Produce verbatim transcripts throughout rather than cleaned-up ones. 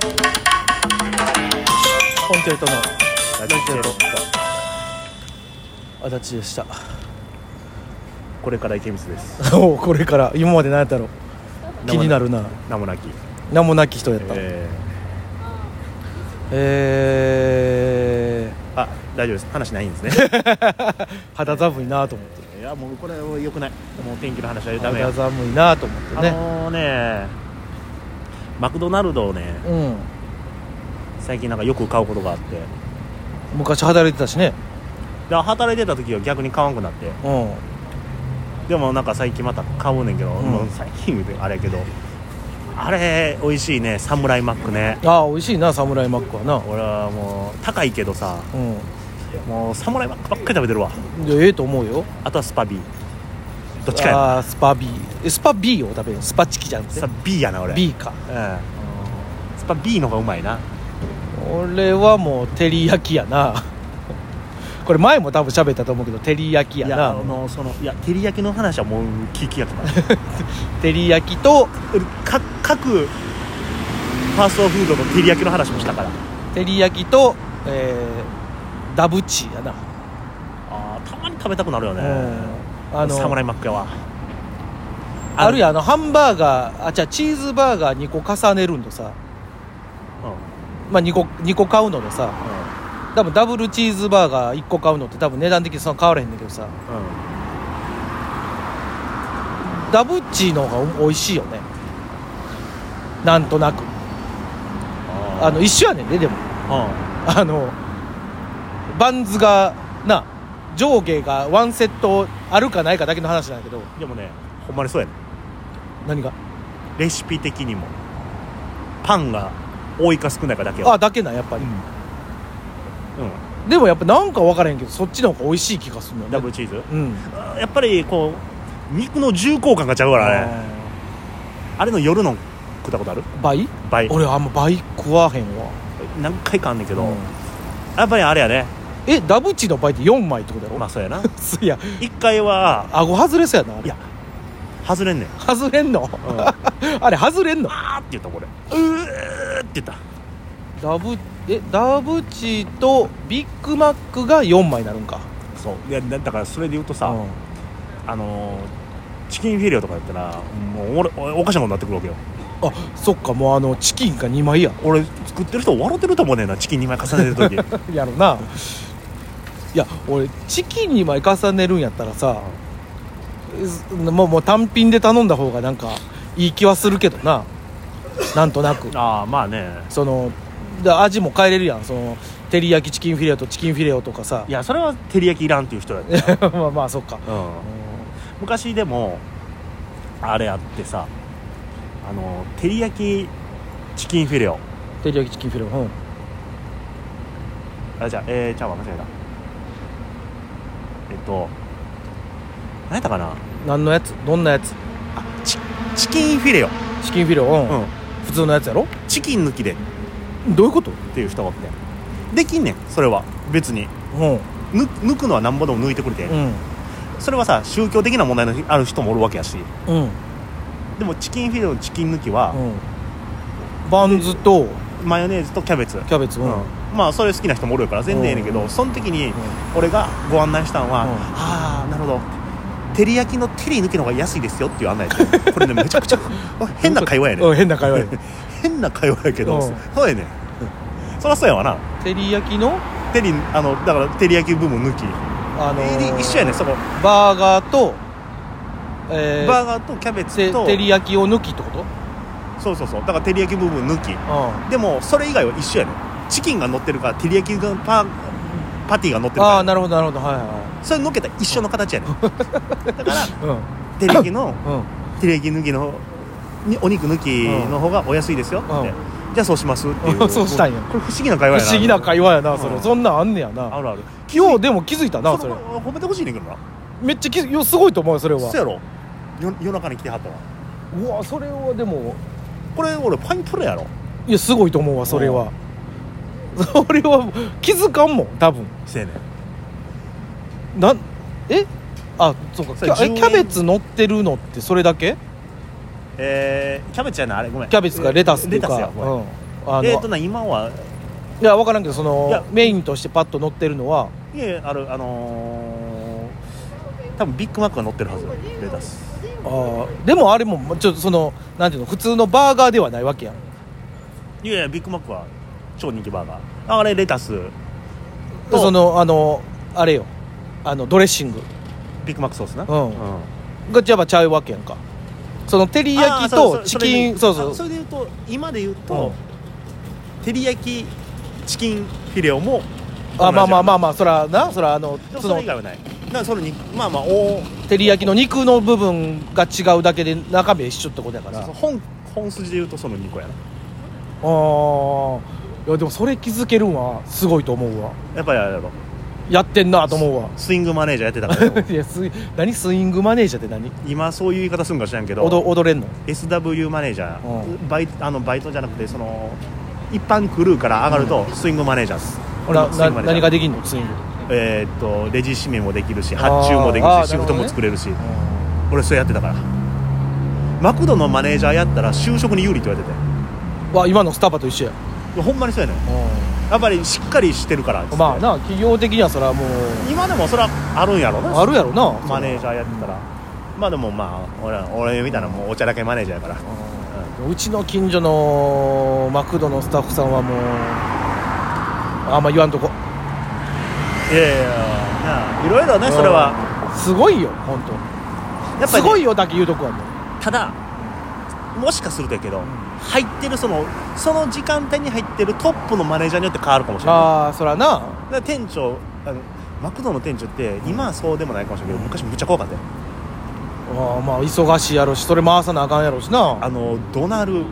コンチェルトのラジチェロ足立でした。 これから池光ですおこれから今まで何やったろ気になるな。 名もなき名もなき人やった。 えー、えー、あ大丈夫です。話ないんですね肌寒いなと思って。 いやもうこれは良くない。もう天気の話はダメよ。 肌寒いなと思ってね。 あのー、ねマクドナルドをね、 うん、 最近なんかよく買うことがあって。 昔働いてたしね。 だから働いてた時は逆に買わんくなって、 うん、 でもなんか最近また買うねんけど、うん、もう最近あれやけどあれ美味しいね。サムライマックね。 ああ美味しいなサムライマックはな。 俺はもう高いけどさ、うん、もうサムライマックばっかり食べてるわ。 いやええと思うよ。 あとはスパビーどっちかやな。 あスパ B えスパ B を食べる。スパチキじゃんって。 スパ B やな俺。 B か、 うん、スパ B の方がうまいな。 俺はもう照り焼きやなこれ前も多分喋ったと思うけど照り焼きやな。 いやあのそのいや照り焼きの話はもう聞きやきた照り焼きとか各ファーストフードの照り焼きの話もしたから。 照り焼きと、えー、ダブチやな。 あたまに食べたくなるよね、うん、あのサムライマックやわ。 あるいはあのハンバーガーあじゃあチーズバーガーにこ重ねるんとさ、うんまあ、にこ, にこ買うのでさ、うん、多分ダブルチーズバーガーいっこ買うのって多分値段的にそんな変わらへんねんけどさ、うん、ダブチーの方が美味しいよねなんとなく。あの一緒やねんねでも、うん、あのバンズがな上下がワンセットあるかないかだけの話なんだけど。 でもねほんまにそうやねん。 何がレシピ的にもパンが多いか少ないかだけは。 あだけなやっぱり、うんうん、 でもやっぱなんか分からへんけどそっちの方が美味しい気がするのね。 ダブルチーズ、 うん、 やっぱりこう肉の重厚感がちゃうからね。 あ, あれの夜の食ったことある？ 倍？ 倍。 俺あんま倍食わへんわ。 何回かあんねんけど、うん、 やっぱりあれやね。 えダブチの倍ってよんまいってことやろ？ まあそうやないやいっかいは顎外れそうやな。あれいや外れんねん。 外れんの、うん、あれ外れんの？ あーって言ったこれうーって言った。 ダブえダブチとビッグマックがよんまいになるんか。 そういやだからそれで言うとさ、うん、あのー、チキンフィレオとかやったらもう俺おかしなことになってくるわけよ。 あそっかもうあのチキンがにまいや。 俺作ってる人笑ってると思うねんな。チキンにまい重ねてる時やろな。いや俺チキンにまい重ねるんやったらさ、うん、もう、もう単品で頼んだ方がなんかいい気はするけどな。なんとなくああまあねその味も変えれるやん。その照り焼きチキンフィレオとチキンフィレオとかさ。 いやそれは照り焼きいらんっていう人やったまあまあそっか、うん、 昔でもあれあってさあの照り焼きチキンフィレオ照り焼きチキンフィレオうんあじゃあえー、ちゃうわ間違えた。えっと何やったかな。 何のやつどんなやつ。 あ チ, チキンフィレオチキンフィレオ、うんうん、普通のやつやろ。 チキン抜きでどういうことっていう人がおってできんねん。それは別に、うん、ぬ抜くのはなんぼでも抜いてくれて、うん、それはさ宗教的な問題のある人もおるわけやし、うん、でもチキンフィレオのチキン抜きは、うん、 バンズとマヨネーズとキャベツキャベツ、うん、 まあそれ好きな人もおるから全然ええねんけど、うん、その時に俺がご案内したのは、うん、ああなるほど照り焼きの照り抜きの方が安いですよっていう案内でこれねめちゃくちゃ変な会話やねん。 変な会話や変な会話やけど、うん、そうやねん。そりゃそうやわな。 照り焼きの照りあのだから照り焼き部分抜き、 あのー、 一緒やねんそこ。 バーガーと、 えー、バーガーとキャベツと照り焼きを抜きってこと。 そうそうそうだから照り焼き部分抜き、うん、でもそれ以外は一緒やねん。チキンが乗ってるから照り焼きがパパティが乗ってるから。 ああなるほどなるほどはいはい。 それ乗っけたら一緒の形やねんだから、うん、照り焼きの、うん、照り焼き抜きのにお肉抜きの方がお安いですよって、うん、じゃあそうしますっていうそうしたんや。 これ不思議な会話やな。 不思議な会話やなそれ、うん、そんなんあんねやな。 あるある。 ようでも気づいたなそれ。 褒めてほしいねんけどな。 めっちゃ気づよすごいと思うよそれは。 そうやろよ夜中に来てはったわ。 うわそれはでもこれ俺ファインプレーやろ。 いやすごいと思うわそれは。それは気づかんもん多分。 せやねんなえあそうかキャ、キャベツ乗ってるのってそれだけ。 えー、キャベツやなあれごめんキャベツかレタスとか、 レタスや、 うん、 あのえーとな今はいや分からんけどそいのやメインとしてパッと載ってるのはいやいやあるあのー、多分ビッグマックが乗ってるはずレタス。 あでもあれもちょっとそのなんていうの普通のバーガーではないわけやん。 いやいやビッグマックは超人気バーガー。あれレタスとそのあのあれよあのドレッシングビッグマックソースな、 うんうん、 がやっぱちゃうわけやんか。その照り焼きとチキンそうそうそれで言うと今で言うと、 うん、 照り焼きチキンフィレオもあまあまあまあまあそらなそらあのそのそれ以外はない。だからそのまあまあお照り焼きの肉の部分が違うだけで中身は一緒ってことやから。 そうそう本本筋で言うとそのにこやな。 ああいやでもそれ気づけるんはすごいと思うわ。 やっぱりあれやろやってんなと思うわ。 スイングマネージャーやってたからいやスイ何スイングマネージャーって何今そういう言い方するんか知らんけど踊踊れんのエスダブリュー マネージャー、 うん、 バイあのバイトじゃなくてその一般クルーから上がるとスイングマネージャーです、 うん、なな何ができんのスイングえー、っとレジ締めもできるし発注もできるしシフトも作れるし、ね、俺それやってたからマクドのマネージャーやったら就職に有利って言われててわ今のスタバと一緒や。 いやほんまにそうやねん。やっぱりしっかりしてるからまあな企業的にはそれはもう今でもそれはあるんやろなあるやろなマネージャーやってたら、うん、まあでもまあ俺俺みたいなもうおちゃらけマネージャーやから、 うん、うちの近所のマクドのスタッフさんはもうあんま言わんとこ。 いやいやいやいろいろねそれはすごいよ本当やっぱり、ね、すごいよだけ言うとこはね。 ただもしかするとやけど、うん、入ってるそのその時間帯に入ってるトップのマネージャーによって変わるかもしれない。 ああそらな。だから店長あのマクドの店長って今はそうでもないかもしれないけど昔むっちゃ怖かったよ。 あまあ忙しいやろしそれ回さなあかんやろしな。 あの怒鳴る、うん、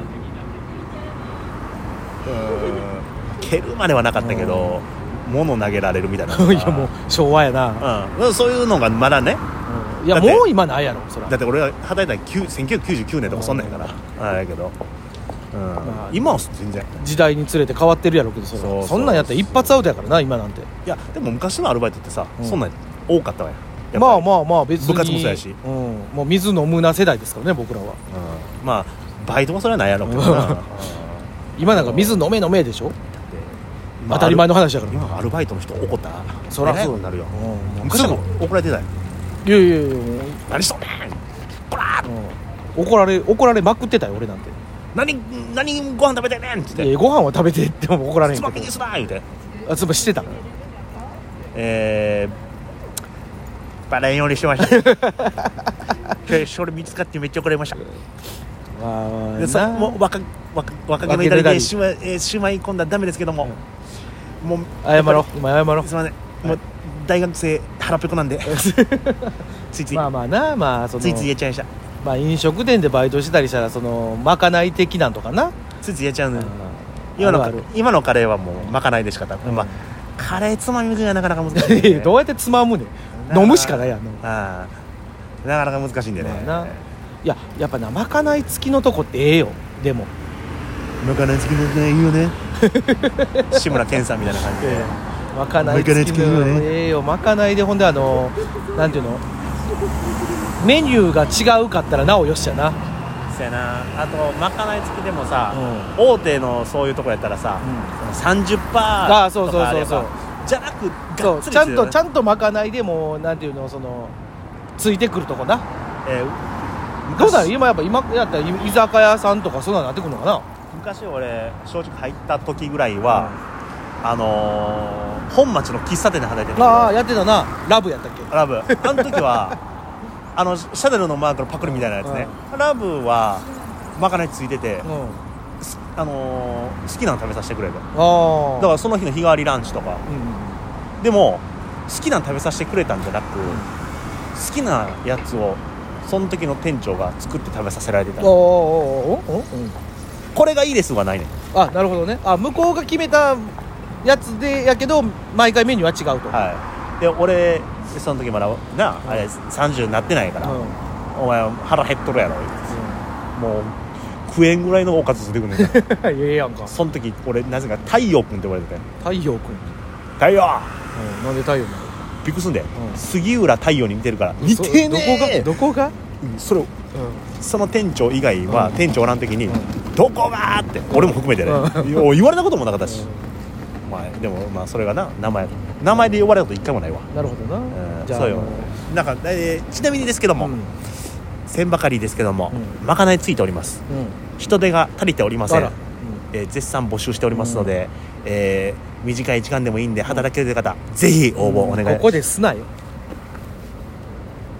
蹴るまではなかったけど、うん、物投げられるみたいないやもう昭和やな、 うん、そういうのがまだね、 うん、いやもう今ないやろそら。 だって俺が働いたのせんきゅうひゃくきゅうじゅうきゅうねんとかそんなんやから、あれやけど、うんまあ、今は全然時代につれて変わってるやろうけどそら そ, うそうそんなんやったら一発アウトやからな今なんて。いやでも昔のアルバイトってさ、うん、そんなん多かったわよ。 まあまあまあ別に部活もそうやし、 うん、もう水飲むな世代ですからね僕らは、 うん、まあバイトもそれはないやろうけどな今なんか水飲め飲めでしょ。まあ、当たり前の話だから今アルバイトの人怒ったらそらそうになるよ、 うん、 昔も怒られてない。 いやいやいや何しとんねんこら、 うん、怒られ怒られまくってたよ俺なんて。 何何ご飯食べてんねんって言って。 いやご飯は食べてっても怒られへんけどつまみにすな言うてあつましてたえーバレんようにしてましたそれ見つかってめっちゃ怒られました。あでさもう若若若気の至りでしま、えー、しまい込んだらダメですけども、うん、もう謝ろう今謝ろうすいません、もう大学生腹ペコなんでついついまあまあなまあそのついつい言っちゃいました。 まあ飲食店でバイトしてたりしたらそのまかない的なんとかなついつい言っちゃうのよ。今の今のカレーはもうまかないでしか食べ、うんまあ、カレーつまみ食いはなかなか難しい、ね、 どうやってつまむねん飲むしかないやんの。 あなかなか難しいんでね、 まあ、ないややっぱなまかない付きのとこってええよ。でもまかない付きのねいいよね志村けんさんみたいな感じで、えー、まかない付きのええよ。まかないでほんであのなんていうのメニューが違うかったらなおよしやな。 そうやな。あとまかない付きでもさ、うん、大手のそういうとこやったらさ、うん、さんじゅっパーセント とかあればじゃなくがっつり、ね、 ちゃんとちゃんとまかないでもなんていうのそのついてくるとこな、えー、どうだろ今やっぱ今やったら居酒屋さんとかそんなになってくるのかな。 昔俺正直入った時ぐらいは、うん、あのー、本町の喫茶店で働いてる。 ああやってたな。ラブやったっけ。 ラブあの時はあのシャネルのマークのパクリみたいなやつね、うん、ラブはまかないついてて、うん、あのー、好きなの食べさせてくれる。あだからその日の日替わりランチとか、うん、でも好きなの食べさせてくれたんじゃなく、うん、好きなやつをその時の店長が作って食べさせられてた。おおおお、うん、これがいいですはないねん。 あなるほどね。あ向こうが決めたやつでやけど毎回メニューは違うと。 はいで俺その時まだな、うん、あれさんじゅうになってないから、うん、お前腹減っとるやろ、うん、もう食えんぐらいのおかず出てくるねんええやんか。 その時俺なぜか太陽くんって言われてて。 太陽くん太陽、 うん、なんで太陽なの。 びっくりすんで、うん、杉浦太陽に似てるから。似てねえ。どこがどこが、 うん、それ、うん、その店長以外は、うん、店長おらん時に、うん、 どこがって俺も含めてね、うん、言われたこともなかったし、うん、まあでもまあそれがな名前名前で呼ばれたこと一回もないわ。 なるほどな、うん、じゃあそうよ。なんか、えー、ちなみにですけども、うん、千ばかりですけども、うん、まかないついております、うん、人手が足りておりません、うん、えー、絶賛募集しておりますので、うん、えー、短い時間でもいいんで働ける方、うん、ぜひ応募お願いします。 ここですなよ